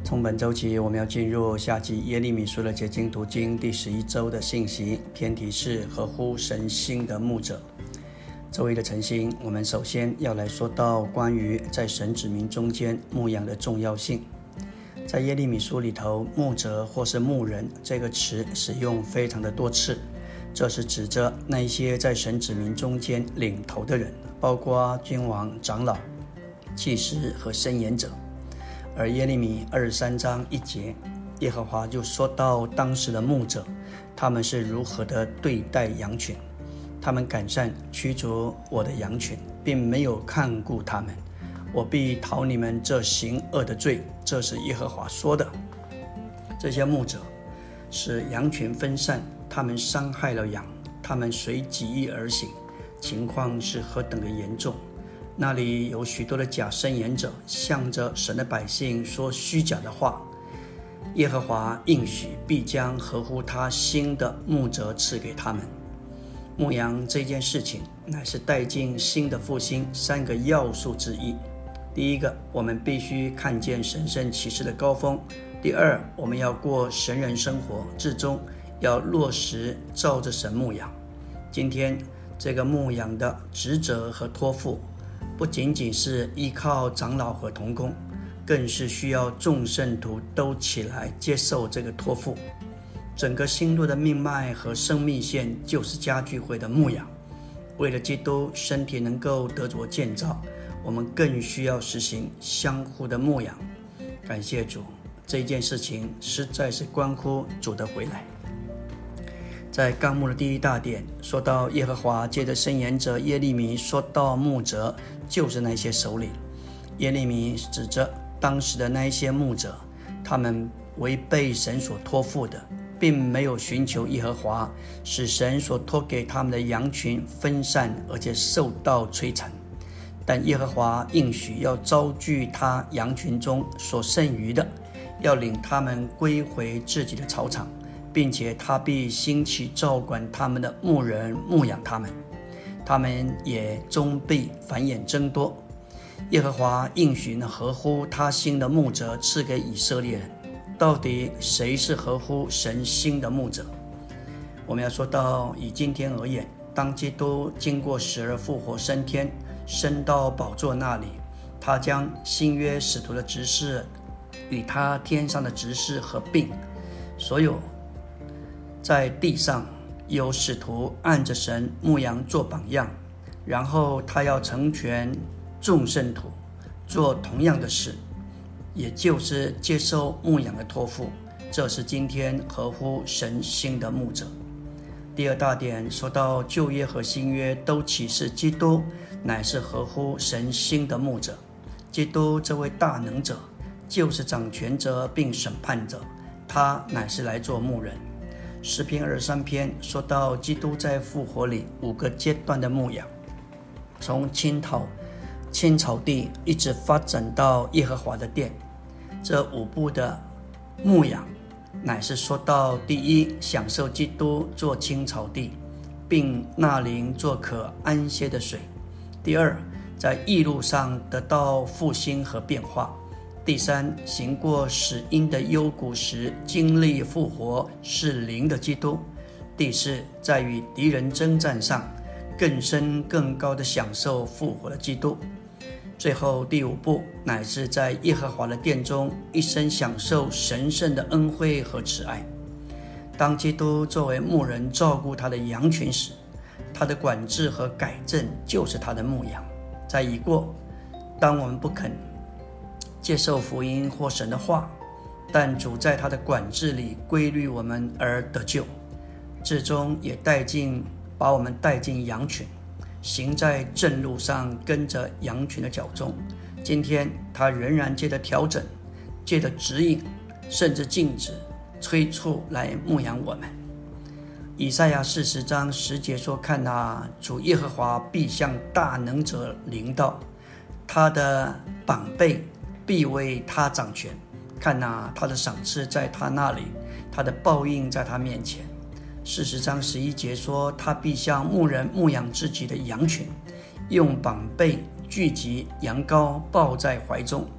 从本周起，我们要进入夏季耶利米书的结晶读经第11周的信息，偏题是合乎神心的牧者。周一的晨星，我们首先要来说到关于在神子民中间牧养的重要性。在耶利米书里头，牧者或是牧人这个词使用非常的多次，这是指着那一些在神子民中间领头的人，包括君王、长老、祭司和申言者。而耶利米23章1节，耶和华就说到当时的牧者，他们是如何的对待羊群，他们赶上驱逐我的羊群，并没有看顾他们，我必讨你们这行恶的罪，这是耶和华说的。这些牧者使羊群分散，他们伤害了羊，他们随己意而行，情况是何等的严重。那里有许多的假申言者，向着神的百姓说虚假的话。耶和华应许必将合乎他心的牧者赐给他们。牧羊这件事情乃是带进新的复兴3个要素之一。第一个，我们必须看见神圣启示的高峰。第二，我们要过神人生活，至终要落实照着神牧养。今天这个牧养的职责和托付，不仅仅是依靠长老和同工，更是需要众圣徒都起来接受这个托付。整个新路的命脉和生命线就是家聚会的牧养。为了基督身体能够得着建造，我们更需要实行相互的牧养。感谢主，这件事情实在是关乎主的回来。在纲目的第一大点说到耶和华借着申言者耶利米说到牧者，就是那些首领。耶利米指着当时的那一些牧者，他们违背神所托付的，并没有寻求耶和华，使神所托给他们的羊群分散，而且受到摧残。但耶和华应许要招聚他羊群中所剩余的，要领他们归回自己的草场，并且他必兴起照管他们的牧人牧养他们，他们也终必繁衍增多。耶和华应许合乎他心的牧者赐给以色列人。到底谁是合乎神心的牧者？我们要说到以今天而言，当基督经过死而复活升天，升到宝座那里，他将新约使徒的职事与他天上的职事合并。所有在地上有使徒按着神牧羊做榜样，然后他要成全众圣徒做同样的事，也就是接受牧养的托付。这是今天合乎神心的牧者。第二大点说到旧约和新约都启示基督乃是合乎神心的牧者。基督这位大能者就是掌权者并审判者，他乃是来做牧人。诗篇23篇说到基督在复活里5个阶段的牧养，从青草地一直发展到耶和华的殿。这5步的牧养乃是说到：第一，享受基督做青草地，并纳灵做可安歇的水；第二，在义路上得到复兴和变化；第三，行过死荫的幽谷时经历复活是灵的基督；第四，在与敌人征战上更深更高的享受复活的基督；最后第5步乃是在耶和华的殿中一生享受神圣的恩惠和慈爱。当基督作为牧人照顾他的羊群时，他的管制和改正就是他的牧养。在已过，当我们不肯接受福音或神的话，但主在他的管制里规律我们而得救，至终也把我们带进羊群，行在正路上，跟着羊群的脚中。今天他仍然借着调整，借着指引，甚至禁止、催促来牧养我们。以赛亚40章10节说：看啊，主耶和华必向大能者临到，他的膀臂必为他掌权。看啊，他的赏赐在他那里，他的报应在他面前。40章11节说：他必像牧人牧养自己的羊群，用膀臂聚集羊羔，抱在怀中。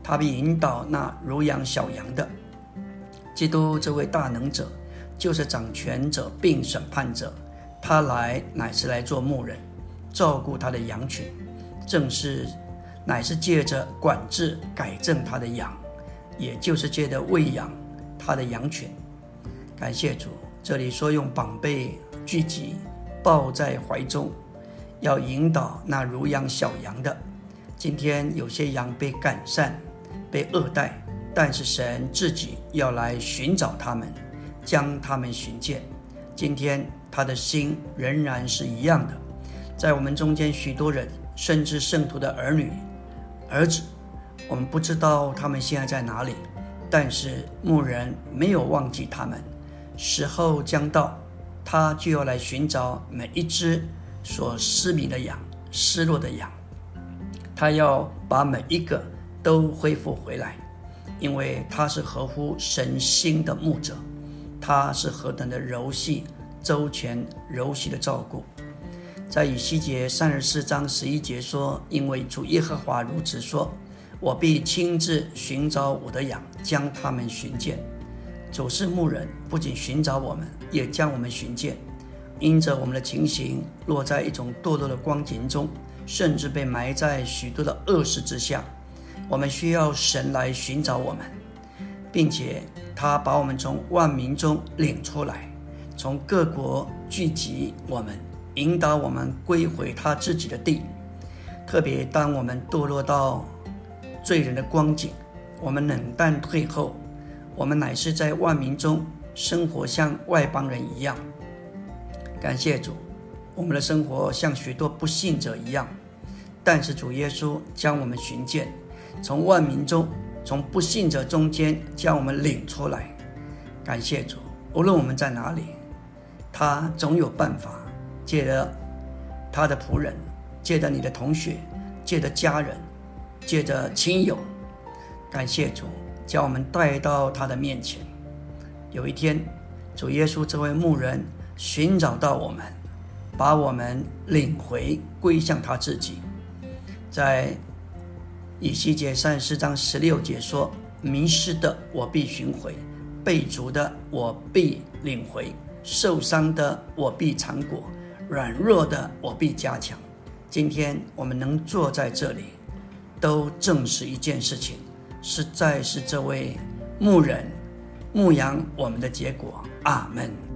他必引导那如羊小羊的。基督这位大能者，就是掌权者并审判者，他乃是来做牧人，照顾他的羊群，乃是借着管制改正他的羊，也就是借着喂养他的羊群。感谢主，这里说用膀臂聚集，抱在怀中，要引导那如羊小羊的。今天有些羊被赶散，被恶待，但是神自己要来寻找他们，将他们寻见。今天他的心仍然是一样的，在我们中间许多人，甚至圣徒的儿子，我们不知道他们现在在哪里，但是牧人没有忘记他们。时候将到，他就要来寻找每一只所失迷的羊、失落的羊，他要把每一个都恢复回来，因为他是合乎神心的牧者，他是何等的柔细、周全、柔细的照顾。在以西结34章11节说，因为主耶和华如此说，我必亲自寻找我的羊，将他们寻见。主是牧人，不仅寻找我们，也将我们寻见。因着我们的情形落在一种堕落的光景中，甚至被埋在许多的恶事之下，我们需要神来寻找我们，并且他把我们从万民中领出来，从各国聚集我们，引导我们归回他自己的地。特别当我们堕落到罪人的光景，我们冷淡退后，我们乃是在万民中生活像外邦人一样。感谢主，我们的生活像许多不信者一样，但是主耶稣将我们寻见，从万民中，从不信者中间将我们领出来。感谢主，无论我们在哪里，他总有办法，借着他的仆人，借着你的同学，借着家人，借着亲友，感谢主，将我们带到他的面前。有一天，主耶稣这位牧人寻找到我们，把我们领回归向他自己。在以西结34章16节说，迷失的我必寻回，被逐的我必领回，受伤的我必缠裹，软弱的我必加强。今天我们能坐在这里，都证实一件事情，实在是这位牧人牧养我们的结果。阿们。